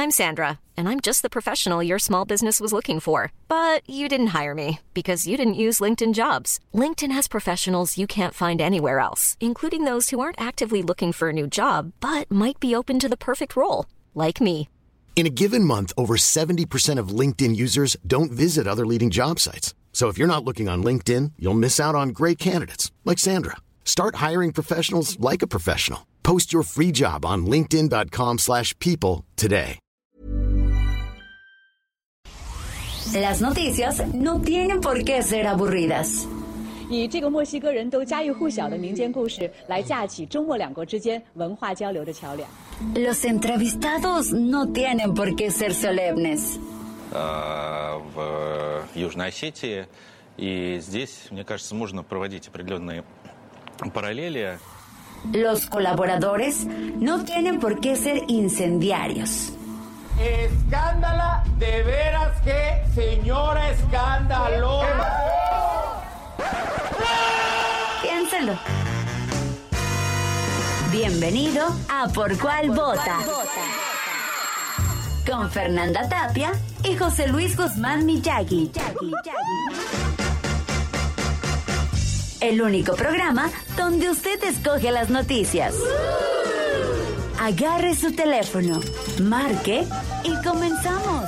I'm Sandra, and I'm just the professional your small business was looking for. But you didn't hire me because you didn't use LinkedIn Jobs. LinkedIn has professionals you can't find anywhere else, including those who aren't actively looking for a new job, but might be open to the perfect role, like me. In a given month, over 70% of LinkedIn users don't visit other leading job sites. So if you're not looking on LinkedIn, you'll miss out on great candidates like Sandra. Start hiring professionals like a professional. Post your free job on linkedin.com/people today. Las noticias no tienen por qué ser aburridas. 以这个墨西哥人都家喻户晓的民间故事来架起中墨两国之间文化交流的桥梁。 Los entrevistados no tienen por qué ser solemnes. В Южной Осетии, и здесь, мне кажется, можно проводить определенные параллели. Los colaboradores no tienen por qué ser incendiarios. Escándala, de veras que señora escándalo. Piénsalo. Bienvenido a Por Cuál Vota. Con Fernanda Tapia y José Luis Guzmán Miyagi. El único programa donde usted escoge las noticias. Agarre su teléfono, marque y comenzamos.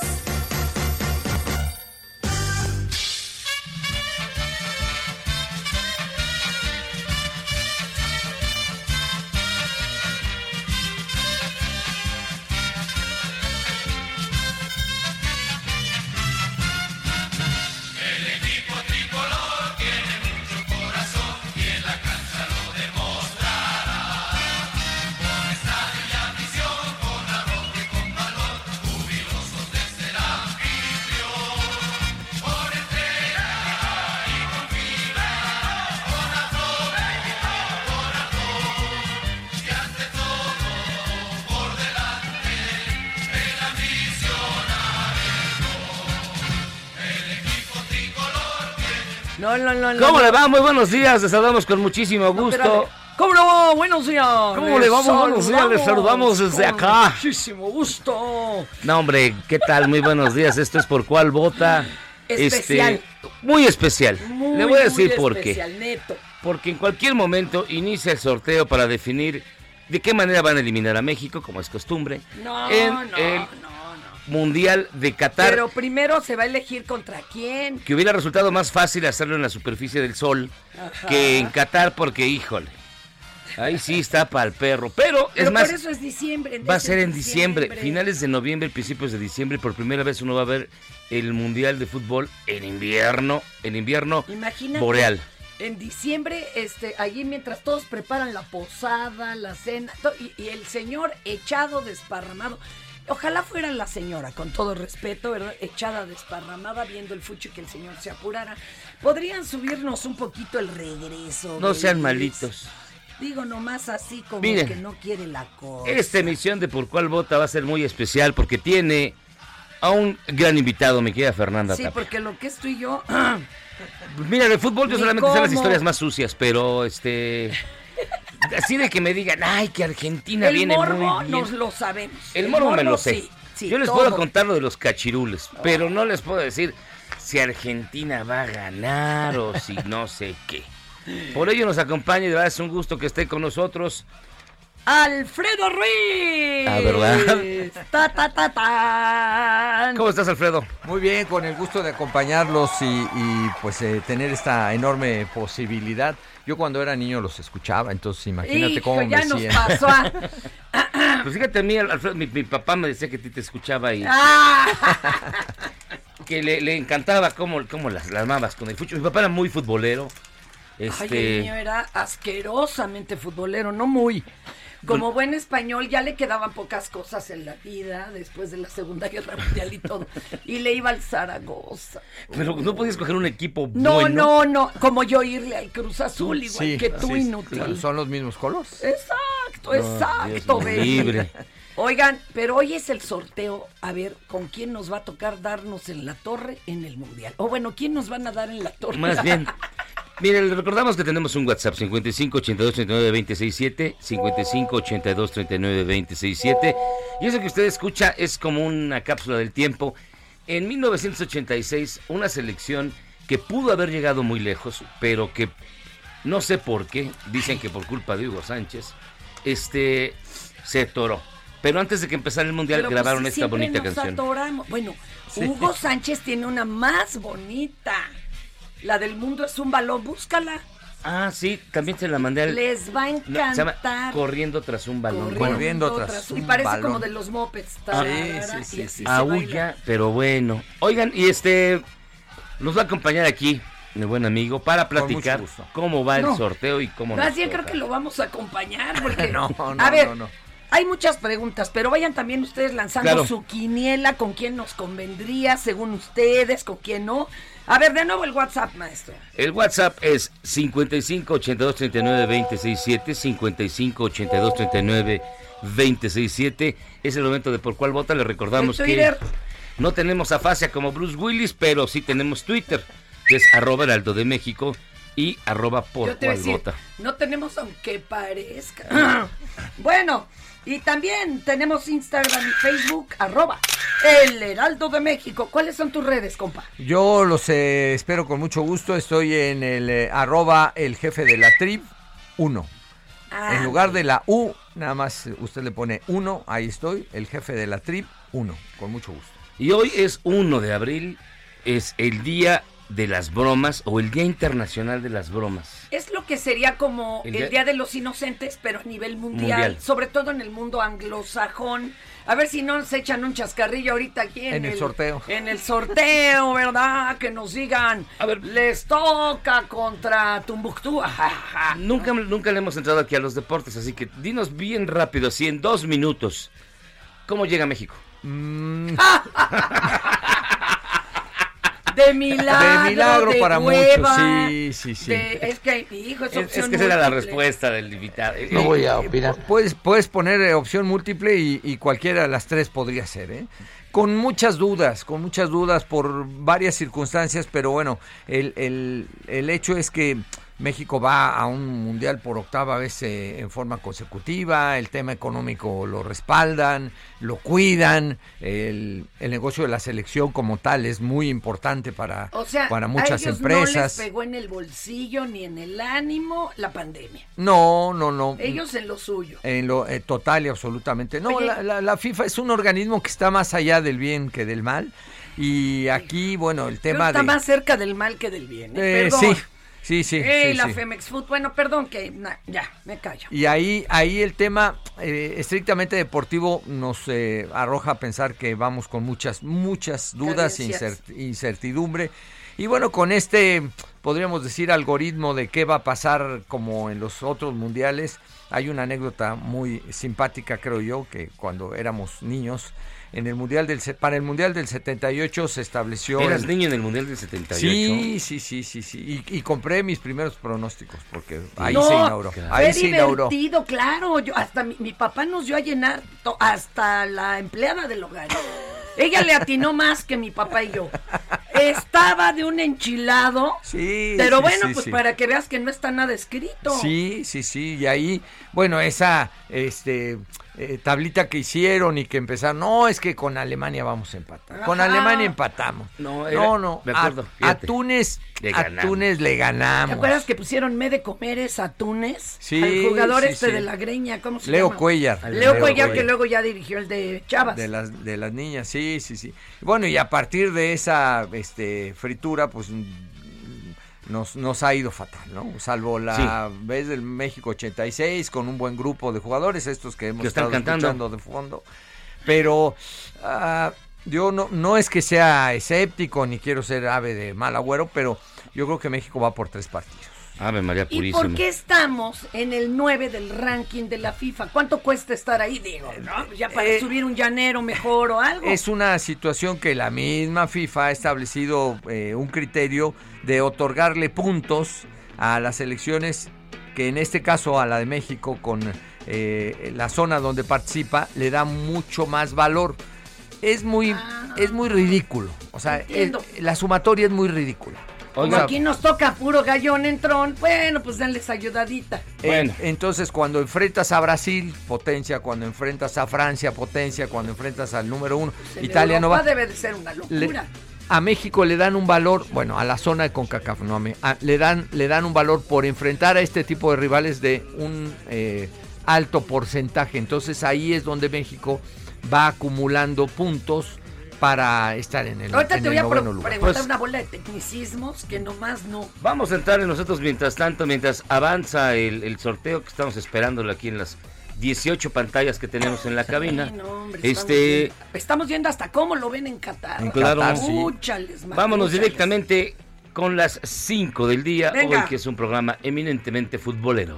No. ¿Cómo le va? Muy buenos días, les saludamos con muchísimo gusto. ¿Cómo le va? Buenos días. ¿Cómo le vamos? Buenos días, les saludamos desde acá. Muchísimo gusto. No, hombre, ¿qué tal? Muy buenos días, esto es Por Cuál Vota. Especial. Muy especial. Le voy a decir por qué. Neto. Porque en cualquier momento inicia el sorteo para definir de qué manera van a eliminar a México, como es costumbre, No. Mundial de Qatar. Pero primero se va a elegir contra quién. Que hubiera resultado más fácil hacerlo en la superficie del sol que en Qatar, porque híjole, ahí sí está para el perro. Pero es más, por eso es diciembre. Va a ser en diciembre, finales de noviembre, principios de diciembre. Por primera vez uno va a ver el Mundial de Fútbol en invierno Imagínate, boreal. En diciembre, allí mientras todos preparan la posada, la cena, y el señor echado, desparramado. Ojalá fuera la señora, con todo respeto, ¿verdad? Echada, desparramada, viendo el fucho y que el señor se apurara. Podrían subirnos un poquito el regreso. No sean malitos. Digo, nomás así como Miren, que no quiere la cosa. Esta emisión de Por Cuál Vota va a ser muy especial porque tiene a un gran invitado, mi querida Fernanda Tapia. Sí, porque lo que es tú y yo... Mira, de fútbol yo solamente sé las cómo. historias más sucias, pero así de que me digan, ay, que Argentina viene muy bien. El morbo nos lo sabemos. El morbo me lo sé. Sí, yo les todo. puedo contar lo de los cachirules, pero no les puedo decir si Argentina va a ganar o si no sé qué. Por ello nos acompaña y de verdad es un gusto que esté con nosotros ¡Alfredo Ruiz! Ah, ¿verdad? ¡Ta! ¿Cómo estás, Alfredo? Muy bien, con el gusto de acompañarlos y pues tener esta enorme posibilidad. Yo cuando era niño los escuchaba, entonces imagínate cómo me ya siento. nos pasó a... Pues fíjate a mí, Alfredo, mi papá me decía que a ti te escuchaba y... que le encantaba cómo las amabas con el fútbol. Mi papá era muy futbolero. Ay, el mío era asquerosamente futbolero, no muy... Como buen español, ya le quedaban pocas cosas en la vida después de la Segunda Guerra Mundial y todo. Y le iba al Zaragoza. Pero no podías coger un equipo bueno. No. Como yo irle al Cruz Azul, igual que tú, inútil. Claro, son los mismos colores. Exacto, libre. Oigan, pero hoy es el sorteo. A ver, ¿con quién nos va a tocar darnos en la torre en el Mundial? O bueno, ¿quién nos van a dar en la torre? Más bien, Miren, les recordamos que tenemos un WhatsApp 5582392067, 5582392067, y eso que usted escucha es como una cápsula del tiempo. En 1986, una selección que pudo haber llegado muy lejos, pero que no sé por qué, dicen que por culpa de Hugo Sánchez, se atoró. Pero antes de que empezara el Mundial grabaron esta bonita canción. Atoramos. Bueno, sí. Hugo Sánchez tiene una más bonita. La del mundo es un balón, búscala. Ah, sí, también se la mandé al... Les va a encantar. No, se llama Corriendo tras un balón. Corriendo tras un balón. Y parece como de los mopeds. Sí. Aúlla, pero bueno. Oigan, y nos va a acompañar aquí mi buen amigo para platicar cómo va el sorteo y cómo más bien creo que lo vamos a acompañar porque... no. Hay muchas preguntas, pero vayan también ustedes lanzando su quiniela, con quién nos convendría, según ustedes, con quién no. A ver, de nuevo el WhatsApp, maestro. El WhatsApp es 5582392067, 5582392067. Es el momento de por cuál vota. Les recordamos que no tenemos afasia como Bruce Willis, pero sí tenemos Twitter, que es @Heraldo de México y @por cuál vota. No tenemos aunque parezca. Bueno, y también tenemos Instagram y Facebook, @El Heraldo de México. ¿Cuáles son tus redes, compa? Yo los espero con mucho gusto. Estoy en el @El Jefe de la Trib 1. En lugar de la U, nada más usted le pone 1, ahí estoy, el Jefe de la Trib 1, con mucho gusto. Y hoy es 1 de abril, es el Día de las Bromas o el Día Internacional de las Bromas. Es lo que sería como el Día de los Inocentes, pero a nivel mundial, sobre todo en el mundo anglosajón. A ver si no nos echan un chascarrillo ahorita aquí en el sorteo. En el sorteo, ¿verdad? Que nos digan, a ver, les toca contra Tumbuctú. Nunca le hemos entrado aquí a los deportes, así que dinos bien rápido, así en 2 minutos, ¿cómo llega México? De milagro para hueva, muchos, sí. Es que, hijo, es opción que esa era la respuesta del invitado. No voy a opinar. Puedes poner opción múltiple y cualquiera de las tres podría ser, ¿eh? Con muchas dudas por varias circunstancias, pero bueno, el hecho es que México va a un mundial por 8ª vez en forma consecutiva, el tema económico lo respaldan, lo cuidan, el negocio de la selección como tal es muy importante para muchas empresas. No les pegó en el bolsillo ni en el ánimo la pandemia. No. Ellos en lo suyo. En lo total y absolutamente. No, la FIFA es un organismo que está más allá del bien que del mal, y aquí, bueno, el tema está más cerca del mal que del bien, perdón. Sí. La Femex Food, bueno, perdón que ya, me callo. Y ahí el tema estrictamente deportivo nos arroja a pensar que vamos con muchas dudas, incertidumbre. Y bueno, con podríamos decir, algoritmo de qué va a pasar como en los otros mundiales, hay una anécdota muy simpática, creo yo, que cuando éramos niños, para el Mundial del 78 se estableció... ¿Eras niño en el Mundial del 78? Sí. Y compré mis primeros pronósticos, porque ahí se inauguró. Ahí se inauguró. Divertido, claro. Hasta mi papá nos dio a llenar, hasta la empleada del hogar. Ella le atinó más que mi papá y yo. Estaba de un enchilado. Sí. Pero bueno, pues para que veas que no está nada escrito. Sí. Y ahí, bueno, esa tablita que hicieron y que empezaron, no, es que con Alemania vamos a empatar. Con Alemania empatamos. No. Me acuerdo, a Túnez le ganamos. ¿Te acuerdas que pusieron de comeres a Túnez? Sí. Al jugador de la greña, ¿cómo se llama? Leo Cuellar, que luego ya dirigió el de Chavas. De las niñas, sí. Bueno, y a partir de esa fritura, pues nos ha ido fatal, ¿no? Salvo la vez del México 86 con un buen grupo de jugadores, estos que hemos estado escuchando de fondo. Pero yo no es que sea escéptico ni quiero ser ave de mal agüero, pero yo creo que México va por 3 partidos. Ave María Purísima. ¿Y por qué estamos en el 9 del ranking de la FIFA? ¿Cuánto cuesta estar ahí? Digo, ¿no? Ya para subir un llanero mejor o algo. Es una situación que la misma FIFA ha establecido un criterio de otorgarle puntos a las selecciones, que en este caso a la de México, con la zona donde participa, le da mucho más valor. Es muy ridículo. O sea, la sumatoria es muy ridícula. Como aquí nos toca puro gallón entrón, bueno, pues denles ayudadita. Bueno. Entonces, cuando enfrentas a Brasil, potencia, cuando enfrentas a Francia, potencia, cuando enfrentas al número 1, Pues Italia no va. Debe de ser una locura. A México le dan un valor, bueno, a la zona de CONCACAF, no le dan un valor por enfrentar a este tipo de rivales de un alto porcentaje. Entonces ahí es donde México va acumulando puntos para estar en el Ahorita te voy a noveno lugar. preguntar una bola de tecnicismos que nomás no. Vamos a entrar en nosotros mientras tanto, mientras avanza el sorteo que estamos esperándolo aquí en las 18 pantallas que tenemos en la cabina. Sí, no, hombre, estamos viendo hasta cómo lo ven en Qatar. En Qatar, Qatar, sí. Úchales, Vámonos directamente con las 5 del día. Venga. Hoy que es un programa eminentemente futbolero.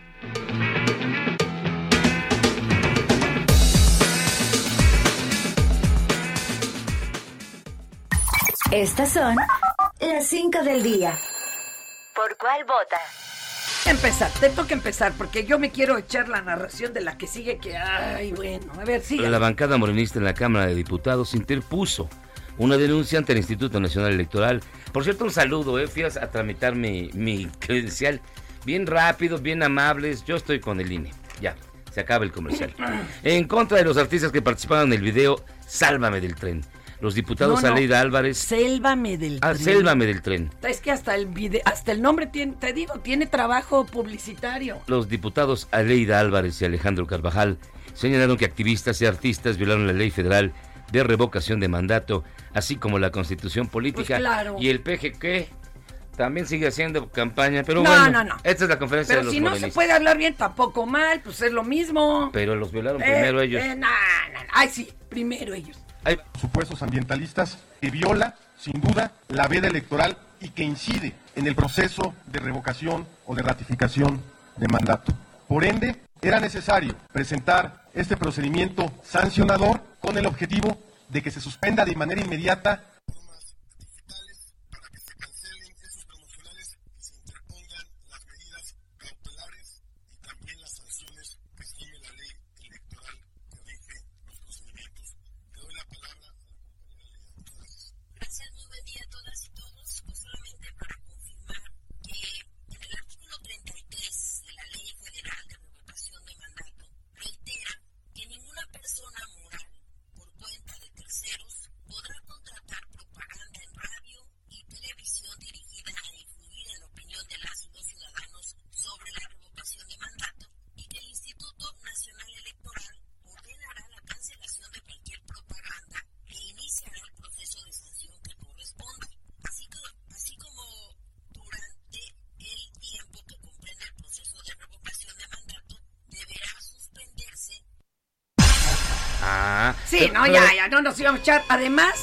Estas son las 5 del día. ¿Por cuál vota? Te toca empezar, porque yo me quiero echar la narración de la que sigue, que, ay, bueno, a ver, sigue. La bancada morenista en la Cámara de Diputados interpuso una denuncia ante el Instituto Nacional Electoral. Por cierto, un saludo, fui a tramitar mi credencial. Bien rápido, bien amables, yo estoy con el INE. Ya, se acaba el comercial. En contra de los artistas que participaron en el video Sálvame del Tren. Los diputados Aleida Álvarez. Sélvame del Tren. Sélvame del Tren. Es que hasta el nombre tiene, te digo, tiene trabajo publicitario. Los diputados Aleida Álvarez y Alejandro Carvajal señalaron que activistas y artistas violaron la ley federal de revocación de mandato, así como la Constitución política. Pues claro. Y el PGQ también sigue haciendo campaña, pero no. Esta es la conferencia pero de los si morenistas. no se puede hablar bien, tampoco mal, pues es lo mismo. Pero los violaron primero ellos. Ay, sí, primero ellos. Hay supuestos ambientalistas que viola, sin duda, la veda electoral y que incide en el proceso de revocación o de ratificación de mandato. Por ende, era necesario presentar este procedimiento sancionador con el objetivo de que se suspenda de manera inmediata Sí, ya, no nos íbamos a echar. Además,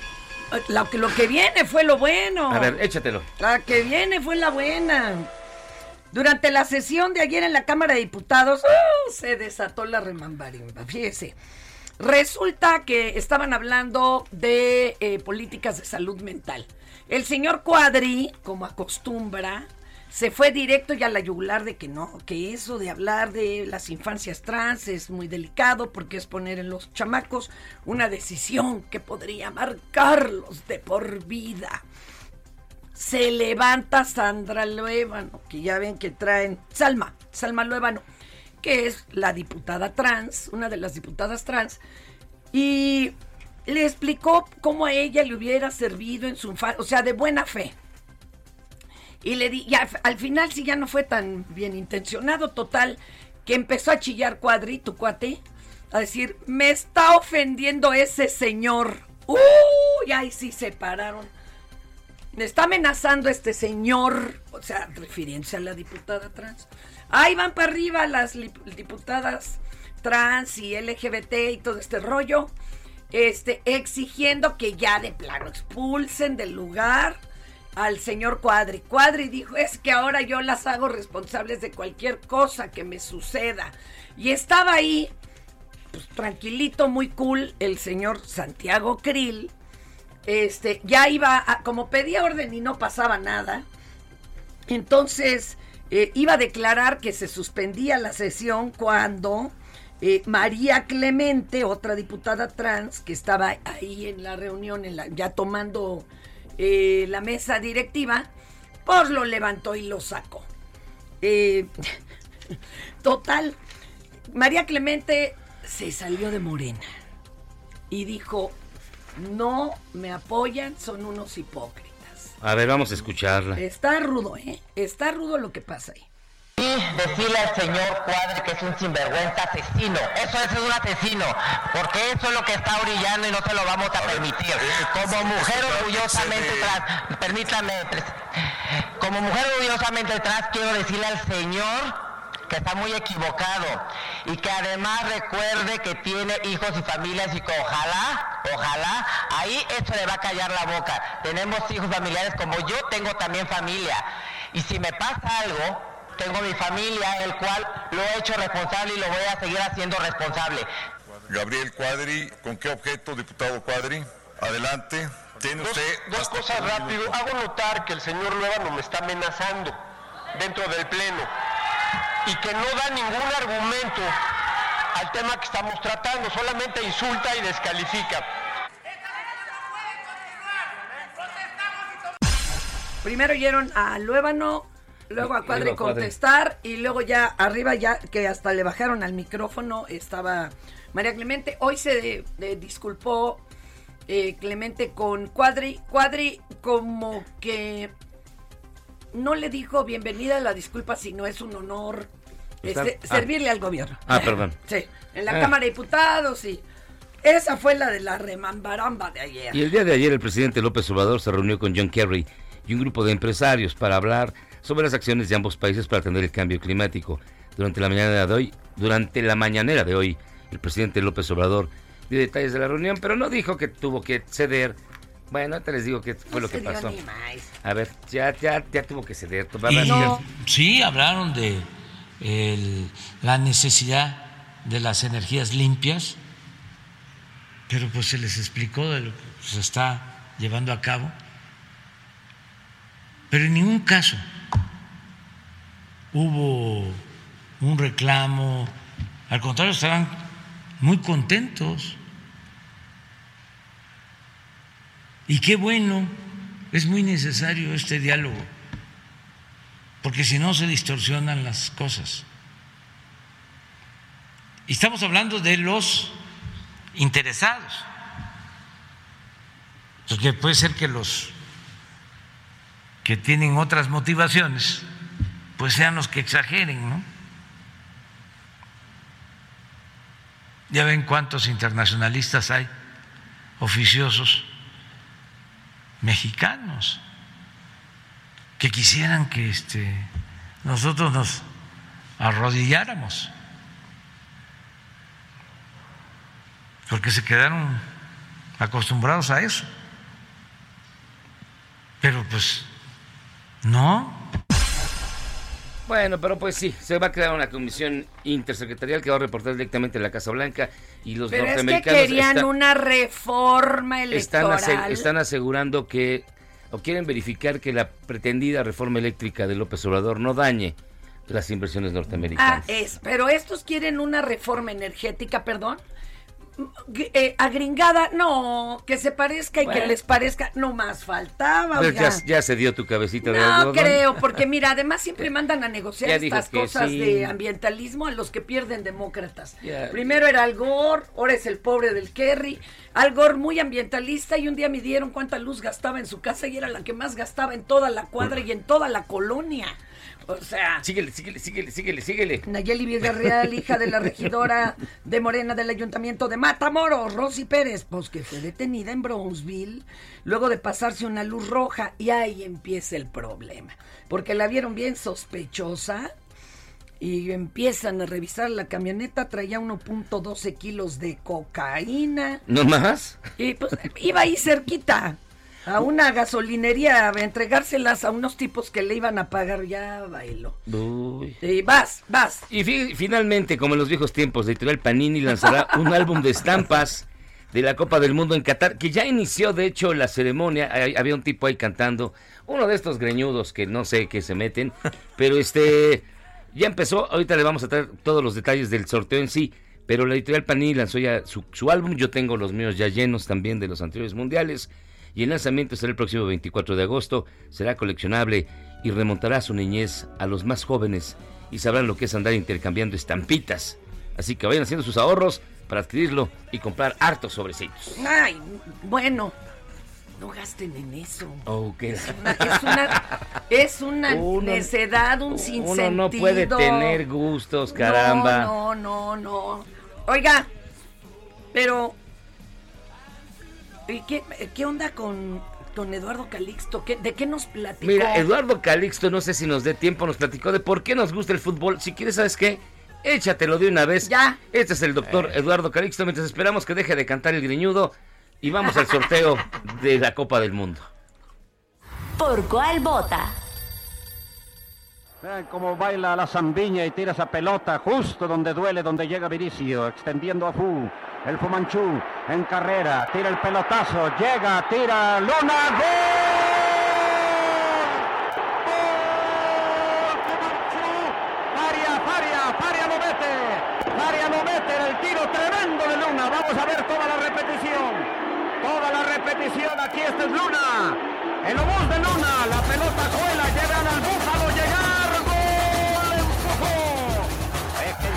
lo que viene fue lo bueno. A ver, échatelo. La que viene fue la buena. Durante la sesión de ayer en la Cámara de Diputados, se desató la remambarimba. Fíjese, resulta que estaban hablando de políticas de salud mental. El señor Cuadri, como acostumbra, se fue directo ya a la yugular de que no, que eso de hablar de las infancias trans es muy delicado porque es poner en los chamacos una decisión que podría marcarlos de por vida. Se levanta Sandra Luevano, que ya ven que traen Salma Luevano, que es la diputada trans, una de las diputadas trans, y le explicó cómo a ella le hubiera servido en su infancia, o sea, de buena fe. Y le di, ya al final sí ya no fue tan bien intencionado, total, que empezó a chillar Cuadri, tu cuate, a decir, me está ofendiendo ese señor. Y ahí sí se pararon. Me está amenazando este señor, o sea, refiriéndose a la diputada trans. Ahí van para arriba las diputadas trans y LGBT y todo este rollo, exigiendo que ya de plano expulsen del lugar al señor Cuadri. Cuadri dijo, es que ahora yo las hago responsables de cualquier cosa que me suceda. Y estaba ahí, pues tranquilito, muy cool, el señor Santiago Krill. Ya iba, como pedía orden y no pasaba nada, entonces iba a declarar que se suspendía la sesión cuando María Clemente, otra diputada trans, que estaba ahí en la reunión, ya tomando la mesa directiva, pues lo levantó y lo sacó. Total, María Clemente se salió de Morena y dijo, no me apoyan, son unos hipócritas. A ver, vamos a escucharla. Está rudo, está rudo lo que pasa ahí. Y decirle al señor Cuadri que es un sinvergüenza asesino. Eso es un asesino, porque eso es lo que está orillando y no se lo vamos a permitir. Como mujer orgullosamente trans, permítame, como mujer orgullosamente trans, quiero decirle al señor que está muy equivocado y que además recuerde que tiene hijos y familias y que ojalá, ahí eso le va a callar la boca. Tenemos hijos familiares como yo tengo también familia. Y si me pasa algo, tengo mi familia, el cual lo he hecho responsable y lo voy a seguir haciendo responsable. Gabriel Cuadri, ¿con qué objeto, diputado Cuadri? Adelante. Tiene usted... Dos cosas rápido. Hago notar que el señor Luébano me está amenazando dentro del Pleno y que no da ningún argumento al tema que estamos tratando, solamente insulta y descalifica. Primero oyeron a Luébano, luego a Cuadri contestar y luego ya arriba, ya que hasta le bajaron al micrófono, estaba María Clemente. Hoy se disculpó Clemente con Cuadri. Cuadri como que no le dijo bienvenida a la disculpa, sino es un honor servirle al gobierno. Perdón. Sí, en la Cámara de Diputados y esa fue la de la remambaramba de ayer. Y el día de ayer el presidente López Obrador se reunió con John Kerry y un grupo de empresarios para hablar sobre las acciones de ambos países para atender el cambio climático. Durante la mañanera de hoy, el presidente López Obrador dio detalles de la reunión, pero no dijo que tuvo que ceder. Bueno, ahorita les digo qué fue lo que pasó. A ver, ya tuvo que ceder. Sí, hablaron de la necesidad de las energías limpias, pero pues se les explicó de lo que se está llevando a cabo. Pero en ningún caso hubo un reclamo, al contrario, estaban muy contentos. Y qué bueno, es muy necesario este diálogo, porque si no se distorsionan las cosas. Y estamos hablando de los interesados, porque puede ser que los que tienen otras motivaciones, pues sean los que exageren, ¿no? Ya ven cuántos internacionalistas hay, oficiosos mexicanos, que quisieran que nosotros nos arrodilláramos, porque se quedaron acostumbrados a eso. Pero pues no. Bueno, pero pues sí, se va a crear una comisión intersecretarial que va a reportar directamente a la Casa Blanca y los norteamericanos... Pero es que querían una reforma electoral. Están asegurando que, o quieren verificar que la pretendida reforma eléctrica de López Obrador no dañe las inversiones norteamericanas. Pero estos quieren una reforma energética, perdón, agringada, no, que se parezca y que les parezca, no más faltaba. Ya se dio tu cabecita de algodón. No creo, porque mira, además siempre mandan a negociar estas cosas sí. De ambientalismo a los que pierden demócratas. Primero era Al Gore, ahora es el pobre del Kerry. Al Gore muy ambientalista y un día midieron cuánta luz gastaba en su casa y era la que más gastaba en toda la cuadra y en toda la colonia. O sea... Síguele. Nayeli Villarreal, hija de la regidora de Morena del Ayuntamiento de Matamoros, Rosy Pérez, pues que fue detenida en Brownsville luego de pasarse una luz roja y ahí empieza el problema. Porque la vieron bien sospechosa y empiezan a revisar la camioneta, traía 1.12 kilos de cocaína. ¿No más? Y pues iba ahí cerquita a una gasolinería a entregárselas a unos tipos que le iban a pagar. Ya bailó. Uy. Y vas. Y finalmente, como en los viejos tiempos, la editorial Panini lanzará un álbum de estampas de la Copa del Mundo en Qatar, que ya inició, de hecho, la ceremonia. Había un tipo ahí cantando, uno de estos greñudos que no sé qué se meten, pero ya empezó. Ahorita le vamos a traer todos los detalles del sorteo en sí, pero la editorial Panini lanzó ya su álbum. Yo tengo los míos ya llenos también de los anteriores mundiales. y el lanzamiento será el próximo 24 de agosto. Será coleccionable y remontará su niñez a los más jóvenes y sabrán lo que es andar intercambiando estampitas. Así que vayan haciendo sus ahorros para adquirirlo y comprar hartos sobrecitos. Ay, bueno, no gasten en eso. Okay. Es una necedad, un sinsentido. Uno no puede tener gustos, caramba. No. Oiga, pero ¿qué onda con Eduardo Calixto? ¿De qué nos platicó? Mira, Eduardo Calixto, no sé si nos dé tiempo, nos platicó de por qué nos gusta el fútbol. Si quieres, ¿sabes qué? Échatelo de una vez. Ya. Este es el doctor Eduardo Calixto, mientras esperamos que deje de cantar el greñudo y vamos al sorteo de la Copa del Mundo. ¿Por cuál vota? Vean cómo baila la zambiña y tira esa pelota justo donde duele, donde llega Viricio, extendiendo a Fu. El Fumanchu en carrera, tira el pelotazo, llega, tira, Luna, ¡gol! Faria lo mete en el tiro tremendo de Luna. Vamos a ver toda la repetición, aquí está Luna, el obús de Luna, la pelota cuela, llegan al Búfalo, llegar, gol, empujó. Es que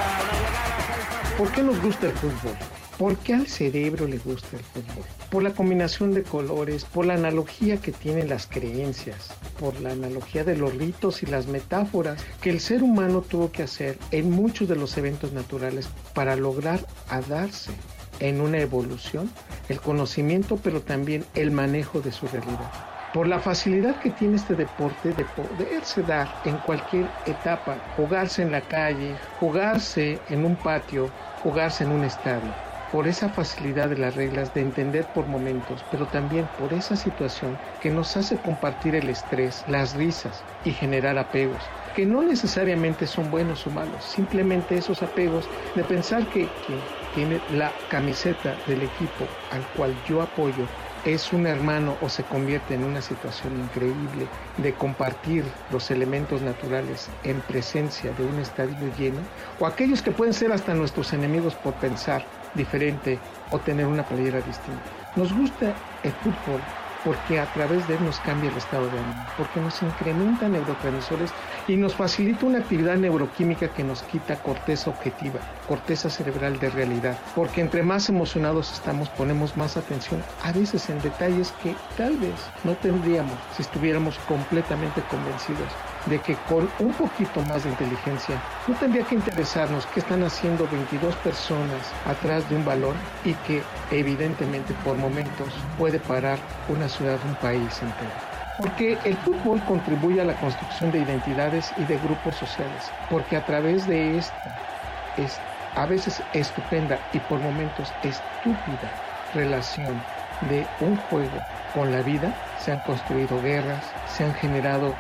llegada. ¿Por qué nos gusta el fútbol? ¿Por qué al cerebro le gusta el fútbol? Por la combinación de colores, por la analogía que tienen las creencias, por la analogía de los ritos y las metáforas que el ser humano tuvo que hacer en muchos de los eventos naturales para lograr darse en una evolución el conocimiento, pero también el manejo de su realidad. Por la facilidad que tiene este deporte de poderse dar en cualquier etapa, jugarse en la calle, jugarse en un patio, jugarse en un estadio. Por esa facilidad de las reglas, de entender por momentos, pero también por esa situación que nos hace compartir el estrés, las risas y generar apegos, que no necesariamente son buenos o malos, simplemente esos apegos de pensar que tiene la camiseta del equipo al cual yo apoyo, es un hermano o se convierte en una situación increíble de compartir los elementos naturales en presencia de un estadio lleno, o aquellos que pueden ser hasta nuestros enemigos por pensar diferente o tener una playera distinta. Nos gusta el fútbol porque a través de él nos cambia el estado de ánimo, porque nos incrementa neurotransmisores y nos facilita una actividad neuroquímica que nos quita corteza objetiva, corteza cerebral de realidad, porque entre más emocionados estamos, ponemos más atención, a veces en detalles que tal vez no tendríamos si estuviéramos completamente convencidos de que con un poquito más de inteligencia no tendría que interesarnos qué están haciendo 22 personas atrás de un balón y que evidentemente por momentos puede parar una ciudad, un país entero. Porque el fútbol contribuye a la construcción de identidades y de grupos sociales, porque a través de esta a veces estupenda y por momentos estúpida relación de un juego con la vida, se han construido guerras, se han generado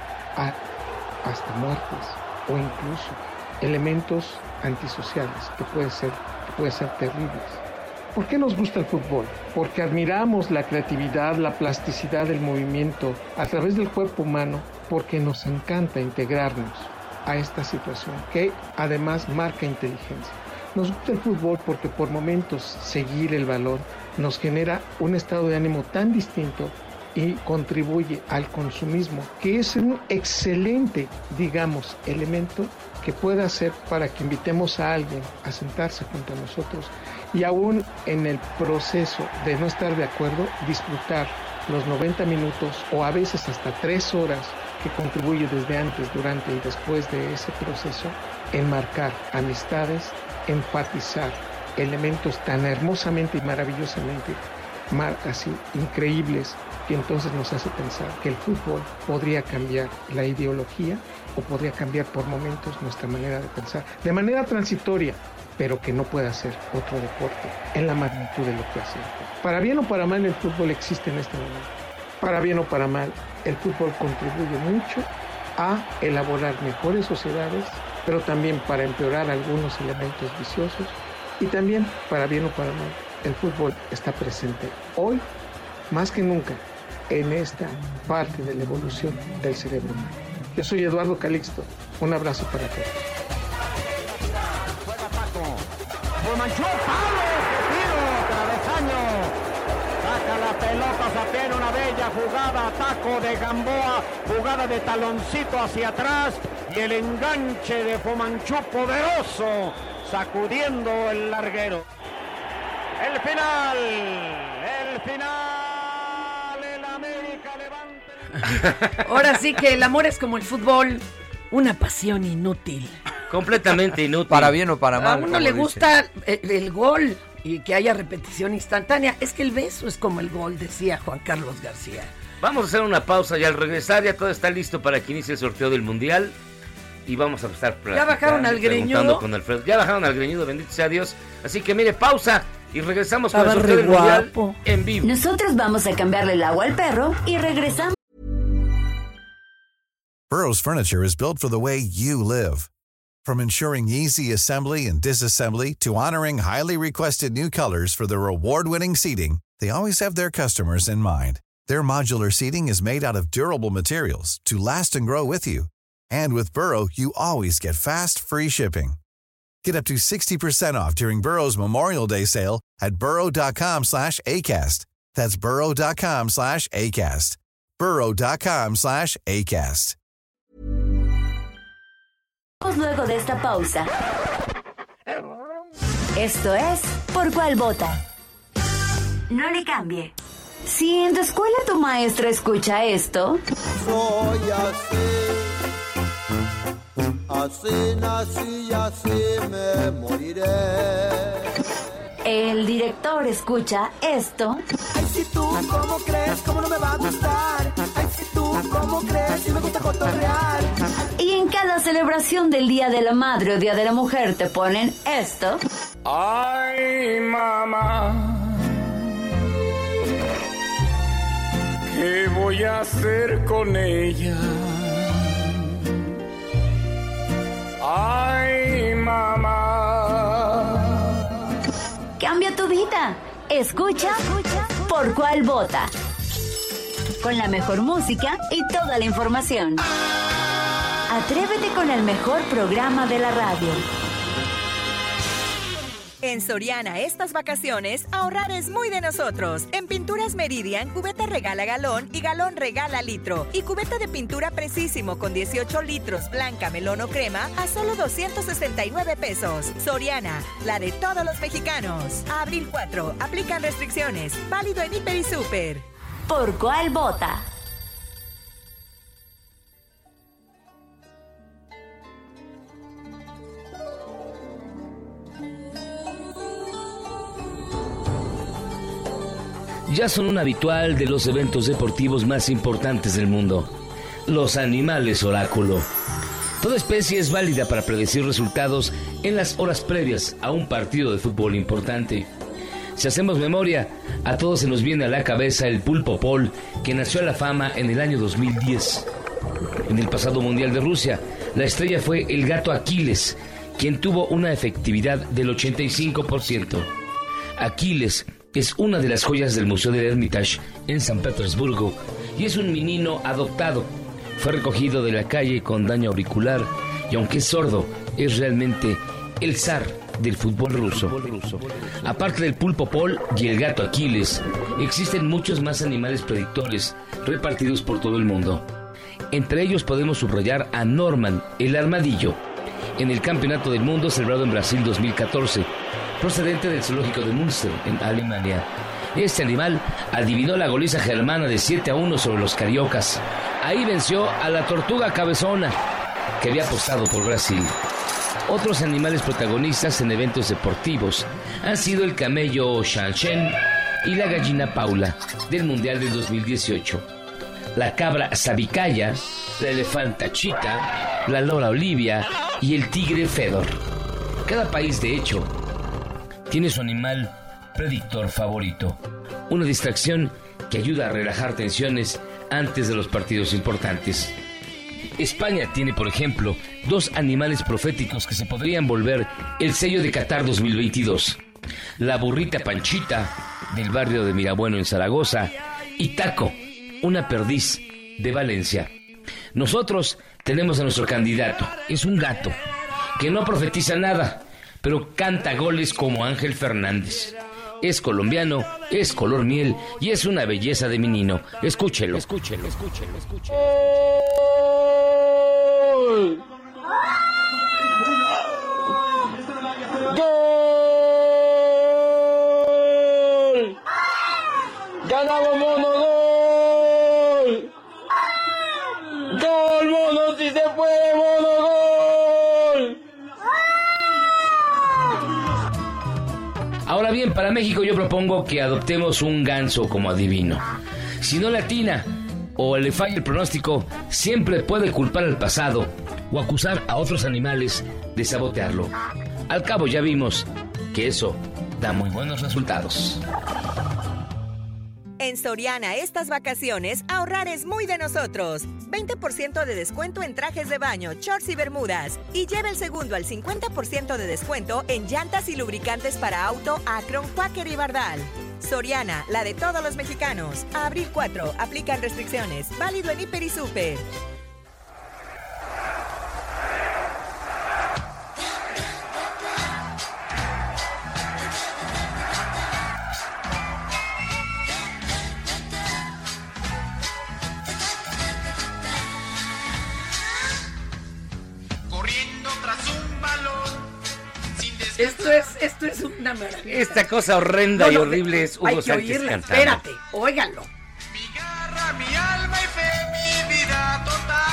hasta muertes o incluso elementos antisociales que pueden ser terribles. ¿Por qué nos gusta el fútbol? Porque admiramos la creatividad, la plasticidad del movimiento a través del cuerpo humano, porque nos encanta integrarnos a esta situación que además marca inteligencia. Nos gusta el fútbol porque por momentos seguir el balón nos genera un estado de ánimo tan distinto y contribuye al consumismo, que es un excelente, elemento que puede hacer para que invitemos a alguien a sentarse junto a nosotros y aún en el proceso de no estar de acuerdo, disfrutar los 90 minutos o a veces hasta 3 horas que contribuye desde antes, durante y después de ese proceso en marcar amistades, enfatizar elementos tan hermosamente y maravillosamente así increíbles, que entonces nos hace pensar que el fútbol podría cambiar la ideología o podría cambiar por momentos nuestra manera de pensar, de manera transitoria, pero que no pueda ser otro deporte en la magnitud de lo que hace. Para bien o para mal, el fútbol existe en este momento. Para bien o para mal, el fútbol contribuye mucho a elaborar mejores sociedades, pero también para empeorar algunos elementos viciosos, y también, para bien o para mal, el fútbol está presente hoy, más que nunca, en esta parte de la evolución del cerebro humano. Yo soy Eduardo Calixto. Un abrazo para todos. Manchó, palo, tiro, travesaño, saca la pelotas a pie, una bella jugada, taco de Gamboa, jugada de taloncito hacia atrás y el enganche de Fumanchu poderoso, sacudiendo el larguero. El final, el América levanta. Ahora sí que el amor es como el fútbol, una pasión inútil. Completamente inútil. Para bien o para mal. A uno le gusta el gol y que haya repetición instantánea. Es que el beso es como el gol, decía Juan Carlos García. Vamos a hacer una pausa y al regresar ya todo está listo para que inicie el sorteo del Mundial. Y vamos a estar ¿Ya bajaron al greñudo? Con Alfredo. Ya bajaron al greñudo, bendito sea Dios. Así que mire, pausa y regresamos con el sorteo del Mundial en vivo. Nosotros vamos a cambiarle el agua al perro y regresamos. Burrow's furniture is built for the way you live. From ensuring easy assembly and disassembly to honoring highly requested new colors for their award-winning seating, they always have their customers in mind. Their modular seating is made out of durable materials to last and grow with you. And with Burrow, you always get fast, free shipping. Get up to 60% off during Burrow's Memorial Day sale at burrow.com/ACAST. That's burrow.com/ACAST. burrow.com/ACAST. Luego de esta pausa. Esto es ¿Por cuál vota? No le cambie. Si en tu escuela tu maestra escucha esto, soy así nací y así me moriré. El director escucha esto. Ay, si tú, ¿cómo crees? ¿Cómo no me va a gustar? Ay, si tú, ¿cómo crees? Si me gusta cotorrear. Y en cada celebración del Día de la Madre o Día de la Mujer te ponen esto. Ay, mamá, ¿qué voy a hacer con ella? Ay, mamá. Cambia tu vida. Escucha ¿Por cuál vota? Con la mejor música y toda la información. Atrévete con el mejor programa de la radio. En Soriana estas vacaciones, ahorrar es muy de nosotros. En Pinturas Meridian, cubeta regala galón y galón regala litro. Y cubeta de pintura Precisimo con 18 litros, blanca, melón o crema, a solo 269 pesos. Soriana, la de todos los mexicanos. A abril 4, aplican restricciones. Válido en Hiper y Super. ¿Por cuál vota? Ya son un habitual de los eventos deportivos más importantes del mundo, los animales oráculo. Toda especie es válida para predecir resultados en las horas previas a un partido de fútbol importante. Si hacemos memoria, a todos se nos viene a la cabeza el pulpo Paul, que nació a la fama en el año 2010. En el pasado Mundial de Rusia, la estrella fue el gato Aquiles, quien tuvo una efectividad del 85%. Aquiles es una de las joyas del Museo del Hermitage en San Petersburgo y es un menino adoptado. Fue recogido de la calle con daño auricular y aunque es sordo, es realmente el zar del fútbol ruso. Aparte del pulpo Paul y el gato Aquiles, existen muchos más animales predictores repartidos por todo el mundo. Entre ellos podemos subrayar a Norman, el armadillo, en el Campeonato del Mundo celebrado en Brasil 2014, procedente del zoológico de Münster, en Alemania. Este animal adivinó la goliza germana de 7-1 sobre los cariocas. Ahí venció a la tortuga cabezona, que había apostado por Brasil. Otros animales protagonistas en eventos deportivos han sido el camello Shanshen y la gallina Paula, del Mundial del 2018. La cabra Sabicaya, la elefanta Chita, la lora Olivia y el tigre Fedor. Cada país, de hecho, tiene su animal predictor favorito. Una distracción que ayuda a relajar tensiones antes de los partidos importantes. España tiene, por ejemplo, 2 animales proféticos que se podrían volver el sello de Qatar 2022. La burrita Panchita, del barrio de Mirabueno en Zaragoza, y Taco, una perdiz de Valencia. Nosotros tenemos a nuestro candidato. Es un gato que no profetiza nada, pero canta goles como Ángel Fernández. es colombiano, es color miel y es una belleza de menino. Escúchelo, escúchelo, escúchelo, escúchelo. ¡Gol! ¡Gol! ¡Ganamos, mono! ¡Gol! ¡Gol, mono! ¡Si se puede, mono! ¡Gol! Ahora bien, para México yo propongo que adoptemos un ganso como adivino. Si no le atina o le falla el pronóstico, siempre puede culpar al pasado o acusar a otros animales de sabotearlo. Al cabo ya vimos que eso da muy buenos resultados. En Soriana estas vacaciones, ahorrar es muy de nosotros. 20% de descuento en trajes de baño, shorts y bermudas. Y lleva el segundo al 50% de descuento en llantas y lubricantes para auto Acron, Quaker y Bardal. Soriana, la de todos los mexicanos. A abril 4, aplican restricciones. Válido en Hiper y Super. Esto es una maravilla. Esta cosa horrenda y horrible es Hugo hay que Sánchez oírla. cantando. Espérate, óiganlo. Mi alma y fe, mi vida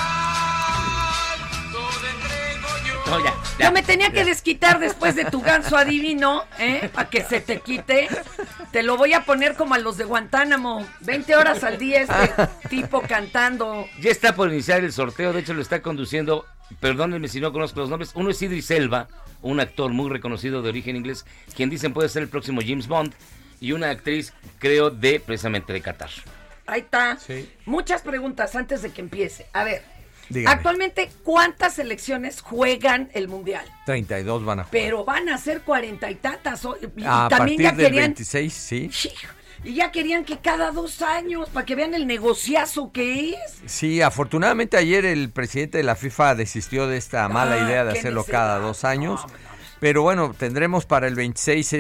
total, todo entrego yo. No, ya. Yo me tenía que desquitar después de tu ganso adivino, para que se te quite. Te lo voy a poner como a los de Guantánamo, 20 horas al día este tipo cantando. Ya está por iniciar el sorteo, de hecho lo está conduciendo, perdónenme si no conozco los nombres, uno es Idris Elba, un actor muy reconocido de origen inglés, quien dicen puede ser el próximo James Bond, y una actriz, creo, precisamente de Qatar. Ahí está. Sí. Muchas preguntas antes de que empiece. A ver, Dígame. actualmente, ¿cuántas selecciones juegan el Mundial? 32 van a jugar. Pero van a ser 40 y tantas. Y A también partir ya del querían, 26, sí. y ya querían que cada 2 años, para que vean el negociazo que es. Sí, afortunadamente ayer el presidente de la FIFA desistió de esta mala idea de hacerlo cada 2 años. Pero bueno, tendremos para el 26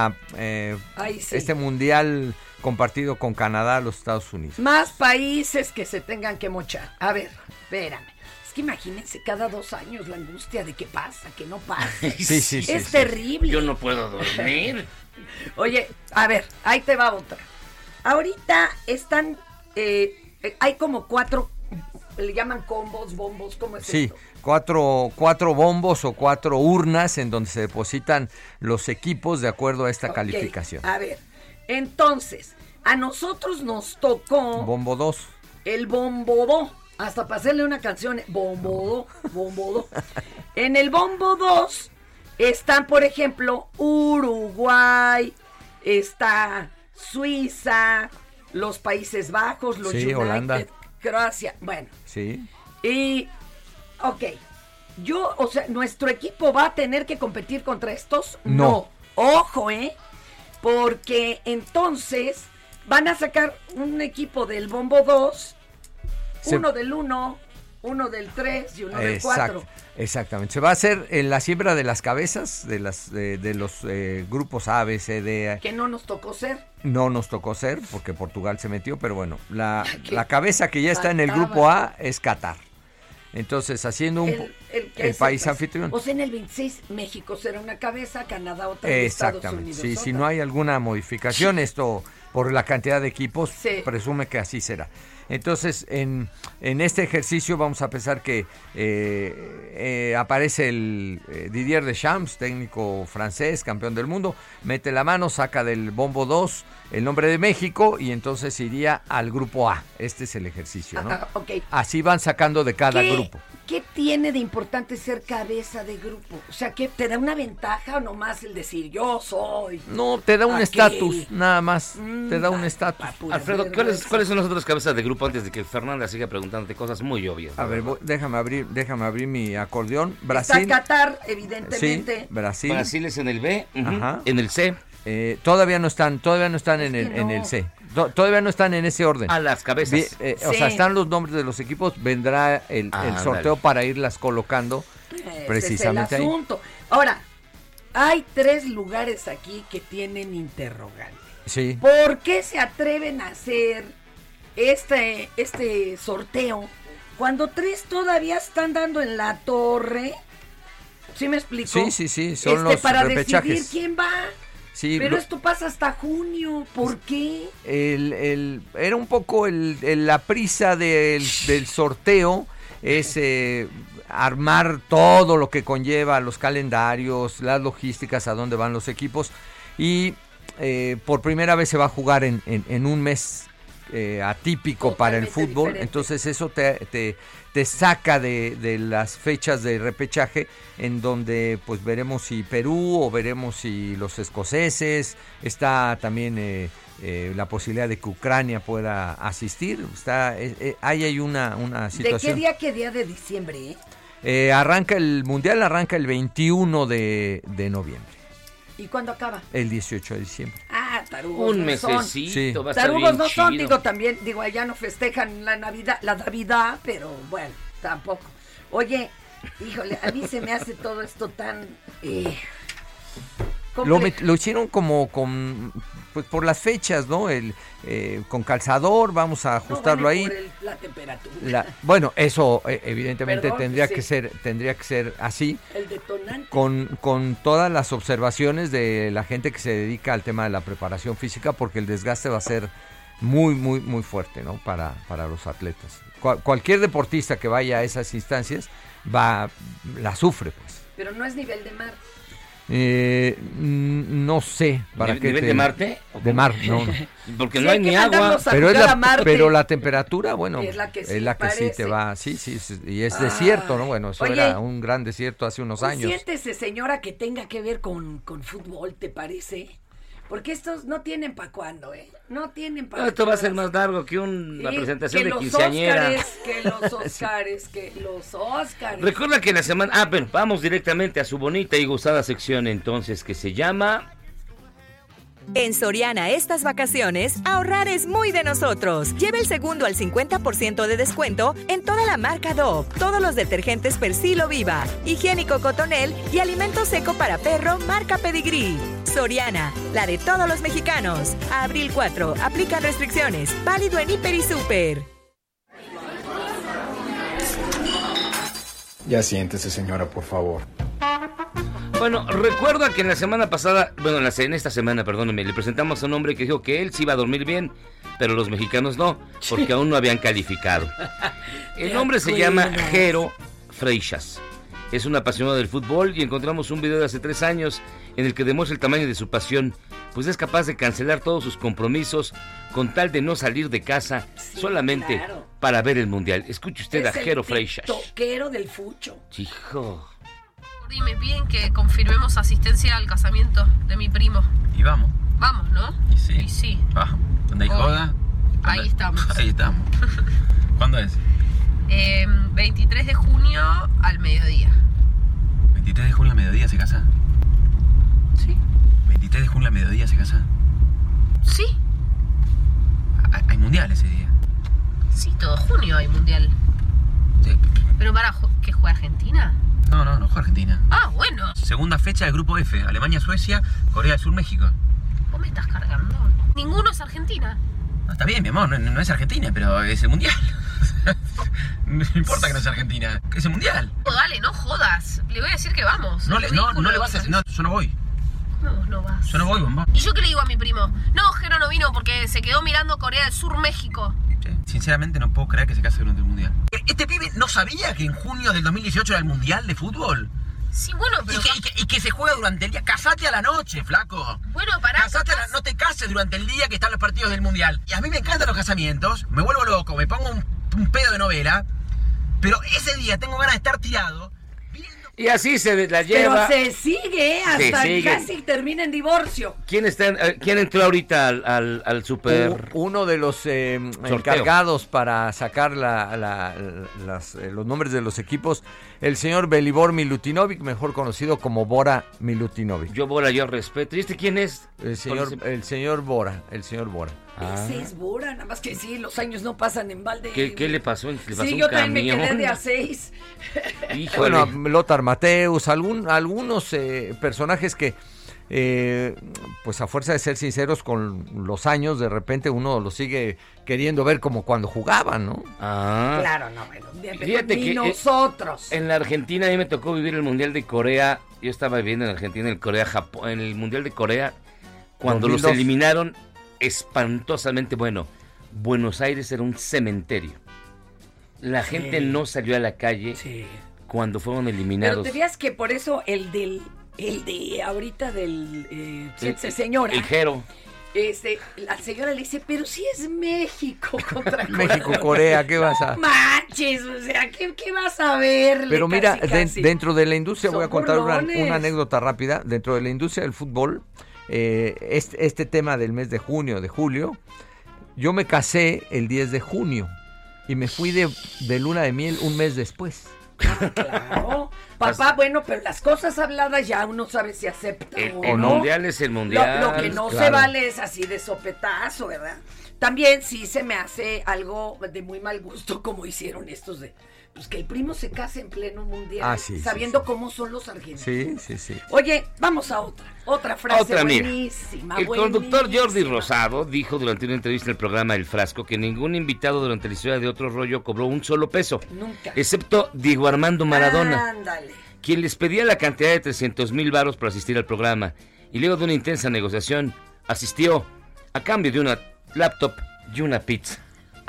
este mundial compartido con Canadá, los Estados Unidos. Más países que se tengan que mochar. A ver, espérame. Es que imagínense cada 2 años la angustia de qué pasa, que no pasa. Sí, es terrible. Yo no puedo dormir. Oye, a ver, ahí te va otra. Ahorita están, hay como 4, le llaman combos, bombos, ¿cómo es esto? 4 bombos o 4 urnas en donde se depositan los equipos de acuerdo a esta calificación. A ver, entonces, a nosotros nos tocó... Bombo 2. El bombodó. Hasta para hacerle una canción, bombodó. En el bombo 2 están, por ejemplo, Uruguay, está Suiza, los Países Bajos, los United, Holanda, Croacia, bueno. Sí. Y, ¿nuestro equipo va a tener que competir contra estos? No. Ojo, porque entonces van a sacar un equipo del bombo 2, uno del 1, uno del 3 y uno del 4. Exactamente. Se va a hacer en la siembra de las cabezas de los grupos A, B, C, D. Que no nos tocó ser. No nos tocó ser porque Portugal se metió, pero bueno, la cabeza que ya está en el grupo A es Qatar. Entonces, haciendo el país anfitrión. O sea, en el 26 México será una cabeza, Canadá otra y Estados Unidos sí, otra. Si no hay alguna modificación, esto por la cantidad de equipos, presume que así será. Entonces, en este ejercicio vamos a pensar que aparece el Didier Deschamps, técnico francés, campeón del mundo, mete la mano, saca del bombo 2 el nombre de México y entonces iría al grupo A. Este es el ejercicio, ¿no? Okay. Así van sacando de cada grupo. ¿Qué tiene de importante ser cabeza de grupo? O sea, ¿qué te da una ventaja o nomás el decir yo soy? No, te da un estatus, nada más. Te da un estatus. Alfredo, ¿cuáles son las otras cabezas de grupo antes de que Fernanda siga preguntándote cosas muy obvias? A ver, déjame abrir mi acordeón. Brasil. Está Qatar, evidentemente. Sí, Brasil. Brasil es en el B, en el C. Todavía no están en el C. Todavía no están en ese orden. A las cabezas. O sea, están los nombres de los equipos. Vendrá el sorteo para irlas colocando precisamente es el asunto. Ahora, Hay 3 lugares aquí que tienen interrogante. Sí. ¿Por qué se atreven a hacer este sorteo cuando 3 todavía están dando en la torre? ¿Sí me explico? Sí, son los para repechajes. decidir quién va. Sí, pero esto pasa hasta junio, ¿por qué? Era un poco la prisa del sorteo, es armar todo lo que conlleva los calendarios, las logísticas, a dónde van los equipos, y por primera vez se va a jugar en un mes atípico para el fútbol, diferente. Entonces eso te saca de las fechas de repechaje, en donde pues veremos si Perú o veremos si los escoceses, está también la posibilidad de que Ucrania pueda asistir, ahí hay una situación. ¿De qué día de diciembre? El Mundial arranca el 21 de noviembre. ¿Y cuándo acaba? El 18 de diciembre. Ah, tarugos un no mesecito, sí. Va a estar tarugos bien no son, chido. digo, allá no festejan la Navidad, pero bueno, tampoco. Oye, híjole, a mí se me hace todo esto tan... Lo hicieron como pues por las fechas, ¿no? Con calzador, vamos a ajustarlo ahí. Por la temperatura. Bueno, eso evidentemente Perdón, tendría que ser así. El detonante. Con todas las observaciones de la gente que se dedica al tema de la preparación física, porque el desgaste va a ser muy, muy, muy fuerte, ¿no? Para los atletas. Cualquier deportista que vaya a esas instancias la sufre, pues. Pero no es nivel de mar. No sé para qué ¿Nivel de Marte? De mar, no. Porque no hay ni agua. Pero la temperatura, bueno, es la que sí te va, sí, y es desierto, ¿no? Bueno, eso era un gran desierto hace unos años. Siéntese, señora, que tenga que ver con fútbol, ¿te parece? Porque estos no tienen para cuándo, No tienen para esto va a ser más largo que una presentación de quinceañera. Que los Óscares. Recuerda que la semana... bueno, vamos directamente a su bonita y gustada sección entonces, que se llama... En Soriana estas vacaciones, ahorrar es muy de nosotros. Lleva el segundo al 50% de descuento en toda la marca Dove, todos los detergentes Persil o Viva, higiénico Cotonel y alimento seco para perro marca Pedigree. Soriana, la de todos los mexicanos. A abril 4, aplican restricciones. Válido en Hiper y Super. Ya siéntese, señora, por favor. Bueno, recuerda que en esta semana, perdóneme, le presentamos a un hombre que dijo que él sí iba a dormir bien, pero los mexicanos no, porque aún no habían calificado. El hombre se llama Jero Freixas. Es un apasionado del fútbol y encontramos un video de hace 3 años en el que demuestra el tamaño de su pasión, pues es capaz de cancelar todos sus compromisos con tal de no salir de casa solamente para ver el Mundial. Escuche usted a Jero Freixas. Toquero del fucho. Hijo. Y me piden que confirmemos asistencia al casamiento de mi primo. Y vamos. Vamos, ¿no? Y sí. Vamos. ¿Dónde hay joda? Ahí estamos. Ahí estamos. ¿Cuándo es? 23 de junio al mediodía. ¿23 de junio al mediodía se casa? Sí. ¿23 de junio al mediodía se casa? Sí. ¿Hay mundial ese día? Sí, todo junio hay mundial. Sí. ¿Pero qué juega Argentina? No juega Argentina. Ah, bueno. Segunda fecha del grupo F, Alemania, Suecia, Corea del Sur, México. ¿Vos me estás cargando? Ninguno es Argentina. No, está bien, mi amor, no es Argentina, pero es el mundial. No importa que no sea Argentina, es el mundial. Dale, no jodas. Le voy a decir que vamos. No le vas a decir, no, yo no voy. ¿Cómo vos no vas? Yo no voy, bomba. ¿Y yo qué le digo a mi primo? No, Jero no vino porque se quedó mirando Corea del Sur, México. Sinceramente no puedo creer que se case durante el mundial. ¿Este pibe no sabía que en junio del 2018 era el mundial de fútbol? Sí, bueno, pero... Y que se juega durante el día. Casate a la noche, flaco. Bueno, pará. No te cases durante el día que están los partidos del mundial. Y a mí me encantan los casamientos, me vuelvo loco, me pongo un pedo de novela, pero ese día tengo ganas de estar tirado. Y así se la lleva. Pero se sigue hasta casi termina en divorcio. ¿Quién entró ahorita al super? Uno de los encargados para sacar los nombres de los equipos, el señor Belibor Milutinovic, mejor conocido como Bora Milutinovic. Yo respeto. ¿Y quién es? El señor Bora. Ese es Bora, nada más que sí, los años no pasan en balde. ¿Qué le pasó? ¿Le pasó sí, un yo también me camión? quedé de a 6. Híjole. Bueno, Lothar Matthäus, algunos personajes que, pues a fuerza de ser sinceros con los años, de repente uno los sigue queriendo ver como cuando jugaban, ¿no? Ah. Claro, no, bueno, Fíjate ni que nosotros. En la Argentina a mí me tocó vivir el Mundial de Corea. Yo estaba viviendo en Argentina, en el Mundial de Corea, cuando 2002. los eliminaron espantosamente. Bueno, Buenos Aires era un cementerio. La gente no salió a la calle cuando fueron eliminados. Pero te veas que por eso el de ahorita del señora. El Jero. La señora le dice, pero si es México contra Corea. México-Corea, ¿qué vas a...? No manches, o sea, ¿qué vas a ver? Pero mira, casi. dentro de la industria, voy a contar una burlones. anécdota rápida. Dentro de la industria del fútbol, este tema del mes de junio, de julio, yo me casé el 10 de junio y me fui de luna de miel un mes después. Claro. Papá, bueno, pero las cosas habladas ya uno sabe si acepta o El no. mundial es el mundial. Lo que no se vale es así de sopetazo, ¿verdad? También sí se me hace algo de muy mal gusto como hicieron estos de... Pues que el primo se case en pleno mundial, sabiendo cómo son los argentinos. Sí. Oye, vamos a otra frase buenísima. El conductor Jordi Rosado dijo durante una entrevista en el programa El Frasco que ningún invitado durante la historia de Otro Rollo cobró un solo peso. Nunca. Excepto Diego Armando Maradona. Ándale. Quien les pedía la cantidad de 300,000 varos para asistir al programa. Y luego de una intensa negociación, asistió a cambio de una laptop y una pizza.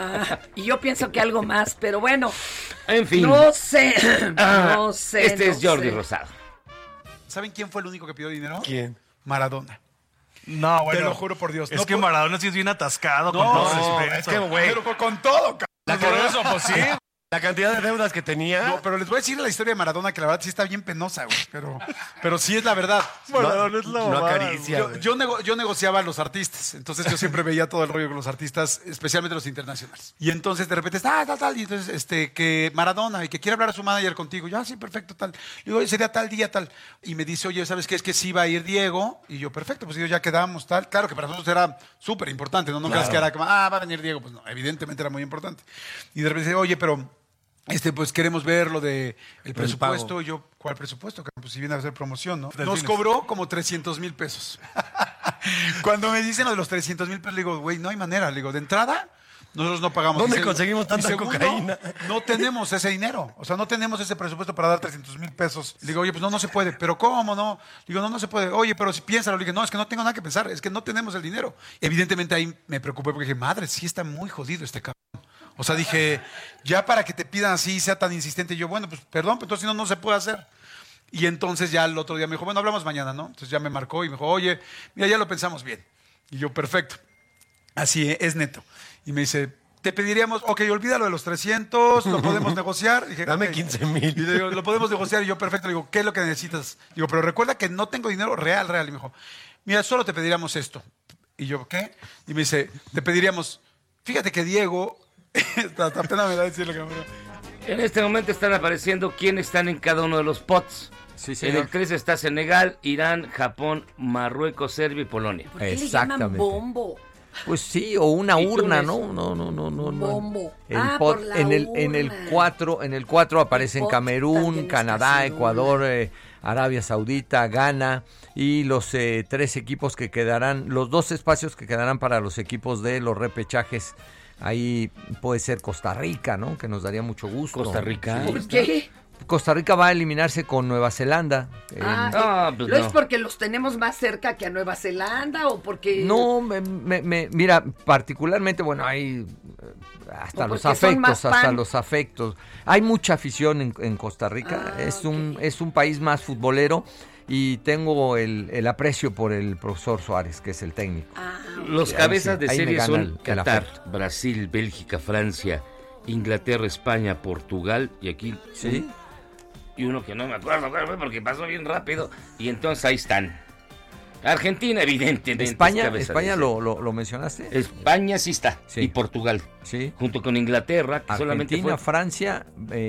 Y yo pienso que algo más, pero bueno. En fin. No sé. No sé. Este es Jordi Rosado. ¿Saben quién fue el único que pidió dinero? ¿Quién? Maradona. No, bueno. Te lo juro por Dios. Es que Maradona sí es bien atascado con todo respeto. Es que, güey. Pero con todo, Por eso, pues sí. La cantidad de deudas que tenía. No, pero les voy a decir la historia de Maradona, que la verdad sí está bien penosa, güey. Pero sí es la verdad. Maradona es la mamada, yo negociaba a los artistas. Entonces yo siempre veía todo el rollo con los artistas, especialmente los internacionales. Y entonces de repente, tal. Y entonces, que Maradona, y que quiere hablar a su manager contigo. Yo, sí, perfecto, tal. Le digo, sería tal día, tal. Y me dice, oye, ¿sabes qué? Es que sí va a ir Diego. Y yo, perfecto, pues ya quedamos, tal. Claro que para nosotros era súper importante, ¿no? No creas que era como, va a venir Diego. Pues no, evidentemente era muy importante. Y de repente dice, oye, pero... pues queremos ver lo de el presupuesto. Yo, ¿cuál presupuesto? Pues si viene a hacer promoción, ¿no? Nos cobró como 300,000 pesos. Cuando me dicen lo de los 300,000 pesos, le digo, güey, no hay manera. Le digo, de entrada, nosotros no pagamos. ¿Dónde conseguimos tanta cocaína? No tenemos ese dinero. O sea, no tenemos ese presupuesto para dar 300,000 pesos. Le digo, oye, pues no se puede. ¿Pero cómo no? Le digo, no se puede. Oye, pero si piénsalo. Le dije, no, es que no tengo nada que pensar. Es que no tenemos el dinero. Evidentemente ahí me preocupé porque dije, madre, sí está muy jodido este cabrón. O sea, dije, ya para que te pidan así, sea tan insistente. Y yo, bueno, pues perdón, pero entonces no se puede hacer. Y entonces ya el otro día me dijo, bueno, hablamos mañana, ¿no? Entonces ya me marcó y me dijo, oye, mira, ya lo pensamos bien. Y yo, perfecto. Así es neto. Y me dice, te pediríamos, ok, olvídalo de los 300, lo podemos negociar. Dije, dame okay. 15,000. Y le digo, lo podemos negociar. Y yo, perfecto. Le digo, ¿qué es lo que necesitas? Digo, pero recuerda que no tengo dinero real. Y me dijo, mira, solo te pediríamos esto. Y yo, ¿qué? Y me dice, te pediríamos, fíjate que Diego... Hasta pena me da decirlo, cabrón. En este momento están apareciendo quiénes están en cada uno de los pots. Sí, en el 3 está Senegal, Irán, Japón, Marruecos, Serbia y Polonia. ¿Por qué le llaman bombo? Pues sí, o una urna, ¿no? No. Bombo. Pot, por la en el 4 aparecen Camerún, Canadá, Ecuador, Arabia Saudita, Ghana y los 3 equipos que quedarán, los 2 espacios que quedarán para los equipos de los repechajes. Ahí puede ser Costa Rica, ¿no? Que nos daría mucho gusto. Costa Rica. ¿Por qué? Costa Rica va a eliminarse con Nueva Zelanda. Pues ¿No es porque los tenemos más cerca que a Nueva Zelanda o porque...? No, mira, particularmente, bueno, hay hasta los afectos. Hay mucha afición en Costa Rica. Es un país más futbolero. Y tengo el aprecio por el profesor Suárez, que es el técnico. Los cabezas de serie son Qatar, Brasil, Bélgica, Francia, Inglaterra, España, Portugal y aquí ¿sí? Y uno que no me acuerdo porque pasó bien rápido. Y entonces ahí están. Argentina, evidentemente. ¿España lo mencionaste? España sí está. Sí. Y Portugal. Sí. Junto con Inglaterra, que solamente fue... Francia,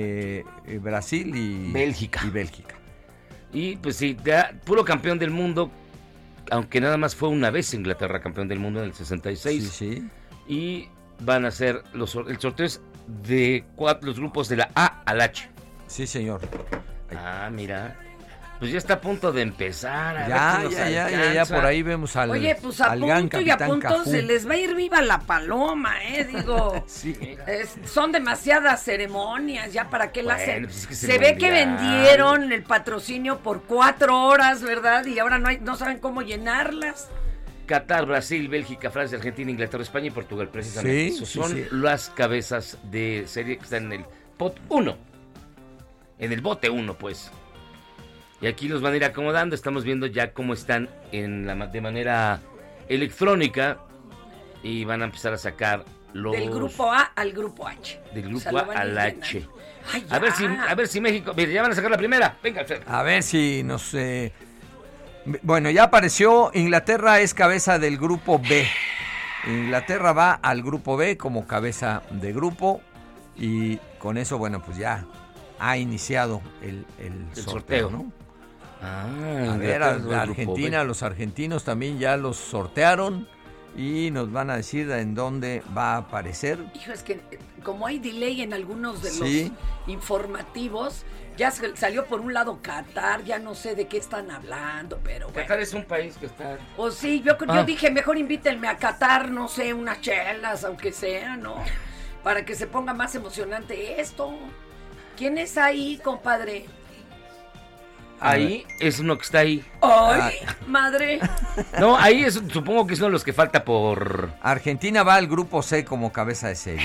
Brasil y Bélgica. Y Bélgica. Y pues sí, puro campeón del mundo. aunque nada más fue una vez Inglaterra campeón del mundo en el 66. Sí. Y van a ser el sorteo es de los grupos de la A al H. Sí, señor. Mira. Pues ya está a punto de empezar. Ya, por ahí vemos al Oye, pues a punto y a punto Cafú. se les va a ir viva la paloma, digo. Sí. Son demasiadas ceremonias, ya para qué la hacen. Pues es que se ve que vendieron el patrocinio por 4 horas, ¿verdad? Y ahora no saben cómo llenarlas. Qatar, Brasil, Bélgica, Francia, Argentina, Inglaterra, España y Portugal, precisamente. Esos son las cabezas de serie que están en el pot 1. En el bote 1, pues. Y aquí los van a ir acomodando. Estamos viendo ya cómo están de manera electrónica. Y van a empezar a sacar los... Del grupo A al grupo H. Del grupo A al H. Ay, a ver si México... Mira, ya van a sacar la primera. Venga, Alfredo. A ver si nos... Bueno, ya apareció. Inglaterra es cabeza del grupo B. Inglaterra va al grupo B como cabeza de grupo. Y con eso, bueno, pues ya ha iniciado el sorteo, ¿no? A ver, a Argentina, los argentinos también ya los sortearon y nos van a decir en dónde va a aparecer. Hijo, es que como hay delay en algunos de los informativos, ya salió por un lado Qatar, ya no sé de qué están hablando, pero bueno. Qatar es un país que está... Pues sí, yo dije, mejor invítenme a Qatar, no sé, unas chelas, aunque sea, ¿no? Para que se ponga más emocionante esto. ¿Quién es ahí, compadre? Ahí es uno que está ahí. ¡Ay, madre! No, ahí supongo que es uno de los que falta por... Argentina va al grupo C como cabeza de serie.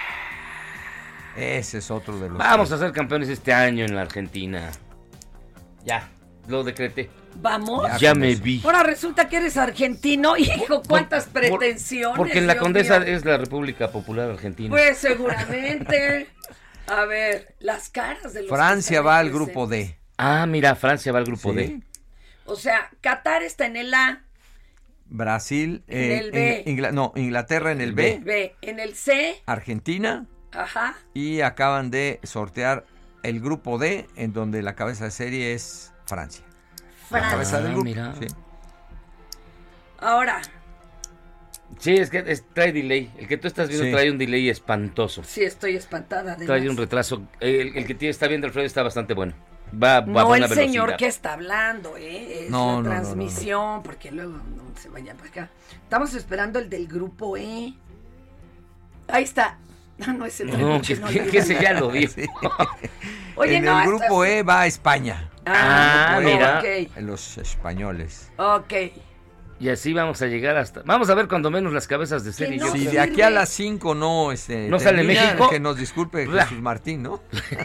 Ese es otro de los... Vamos a ser campeones este año en la Argentina. Ya, lo decreté. ¿Vamos? Ya me vi. Ahora resulta que eres argentino. Hijo, cuántas pretensiones. Porque en la Dios Condesa mío. es la República Popular Argentina. Pues seguramente. A ver, las caras de los... Francia va al grupo D. Mira, Francia va al grupo D. O sea, Qatar está en el A. Brasil en el B. Inglaterra en el B. B. En el C. Argentina. Ajá. Y acaban de sortear el grupo D, en donde la cabeza de serie es Francia. La cabeza del grupo. Mira. Sí. Ahora. Sí, es que trae delay. El que tú estás viendo trae un delay espantoso. Sí, estoy espantada. Trae un retraso. El que está viendo Alfredo está bastante bueno. Va no a buena el velocidad. Señor que está hablando, es la transmisión, porque luego no se vaya para acá. Estamos esperando el del grupo E. Ahí está. No, ese que ese ya lo dijo. Oye, en el grupo E va España. Mira. Okay. Los españoles. Ok. Y así vamos a llegar hasta... Vamos a ver cuando menos las cabezas de serie. Si de aquí a las 5 no sale México, que nos disculpe Jesús Martín, ¿no?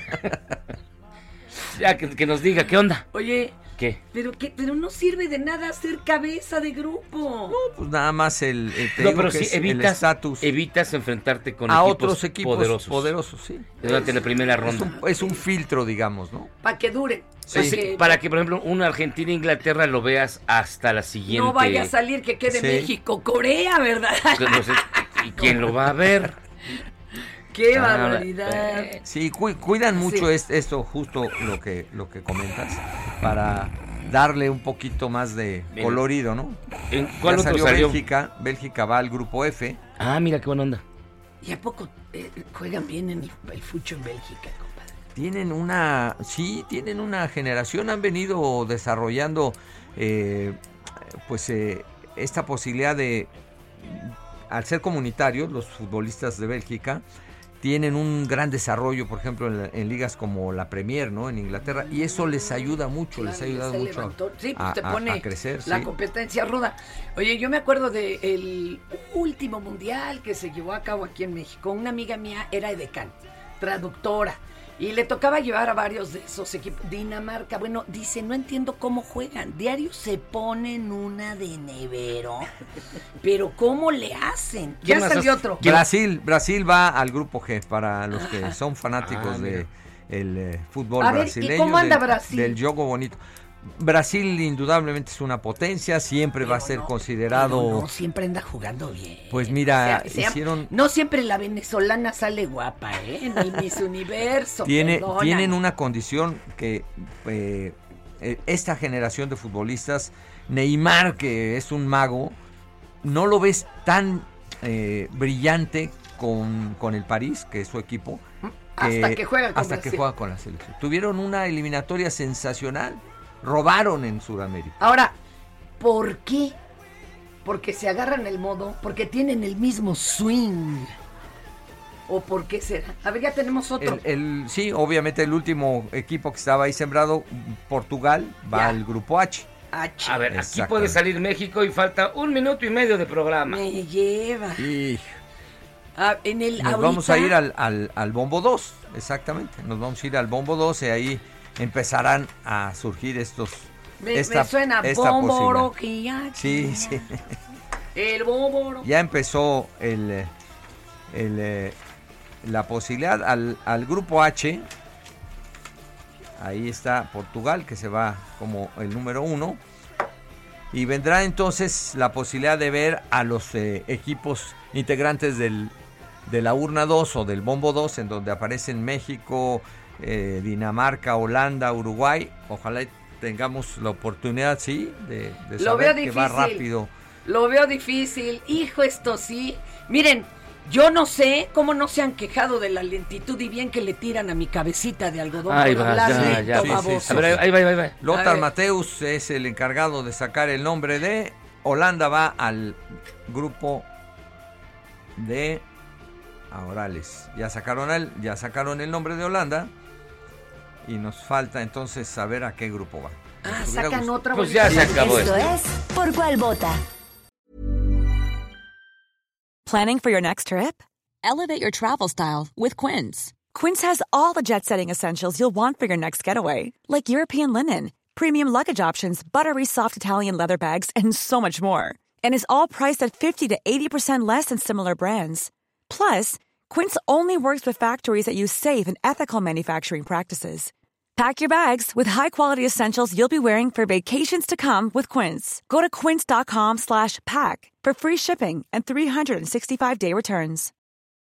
Ya, que nos diga, ¿qué onda? Oye, ¿qué? Pero no sirve de nada ser cabeza de grupo. No, pues nada más el estatus. Evitas enfrentarte con otros equipos poderosos. Sí. Durante la primera ronda. Es un filtro, digamos, ¿no? Para que dure. Sí. Para que, por ejemplo, una Argentina-Inglaterra lo veas hasta la siguiente. No vaya a salir que quede México-Corea, ¿verdad? ¿Y quién lo va a ver? ¡Qué barbaridad! Sí, cuidan mucho esto, justo lo que comentas, para darle un poquito más de colorido, ¿no? ¿En cuál otro salió? Bélgica va al grupo F. Mira qué buena onda. ¿Y a poco juegan bien en el fucho en Bélgica, compadre? Tienen una generación, han venido desarrollando esta posibilidad de, al ser comunitarios, los futbolistas de Bélgica tienen un gran desarrollo, por ejemplo, en ligas como la Premier, ¿no? En Inglaterra, y eso les ayuda mucho, les ha ayudado mucho a crecer. La competencia ruda. Oye, yo me acuerdo del último mundial que se llevó a cabo aquí en México. Una amiga mía era edecán, traductora, y le tocaba llevar a varios de esos equipos. Dinamarca, bueno, dice, no entiendo cómo juegan. Diario se ponen una de nevero. Pero ¿cómo le hacen? Ya salió otro. Brasil va al grupo G, para los que son fanáticos de el fútbol brasileño. ¿Y cómo anda Brasil? Del juego bonito. Brasil indudablemente es una potencia, siempre va a ser considerado... No, siempre anda jugando bien. Pues mira, hicieron... No siempre la venezolana sale guapa, en el Miss Universo. Tienen una condición que esta generación de futbolistas Neymar, que es un mago, no lo ves tan brillante con el París, que es su equipo. Hasta que juega con la selección. Tuvieron una eliminatoria sensacional. Robaron en Sudamérica. Ahora, ¿por qué? Porque se agarran el modo, porque tienen el mismo swing. ¿O por qué será? A ver, ya tenemos otro. Sí, obviamente el último equipo que estaba ahí sembrado, Portugal, va al grupo H. A ver, aquí puede salir México y falta 1 minuto y medio de programa. Me lleva. Nos vamos a ir al bombo 2, exactamente. Nos vamos a ir al bombo 2 y ahí empezarán a surgir estos. Me suena bomboro que ya. Sí. El bomboro. Ya empezó la posibilidad al grupo H. Ahí está Portugal, que se va como el número 1. Y vendrá entonces la posibilidad de ver a los equipos integrantes de la urna 2 o del bombo 2, en donde aparecen México, Dinamarca, Holanda, Uruguay. Ojalá tengamos la oportunidad, de saber que va rápido. Lo veo difícil. Hijo, esto sí. Miren, yo no sé cómo no se han quejado de la lentitud y bien que le tiran a mi cabecita de algodón. Ahí va. A ver, ahí va. Lothar Matthäus es el encargado de sacar el nombre de Holanda. Va al grupo de Orales. Ya sacaron el nombre de Holanda y nos falta entonces saber a qué grupo va. Sacan otra. Pues ya se acabó esto. Es ¿Por cuál vota? Planning for your next trip? Elevate your travel style with Quince. Quince has all the jet-setting essentials you'll want for your next getaway, like European linen, premium luggage options, buttery soft Italian leather bags, and so much more. And is all priced at 50 to 80% less than similar brands. Plus, Quince only works with factories that use safe and ethical manufacturing practices. Pack your bags with high-quality essentials you'll be wearing for vacations to come with Quince. Go to quince.com/pack for free shipping and 365-day returns.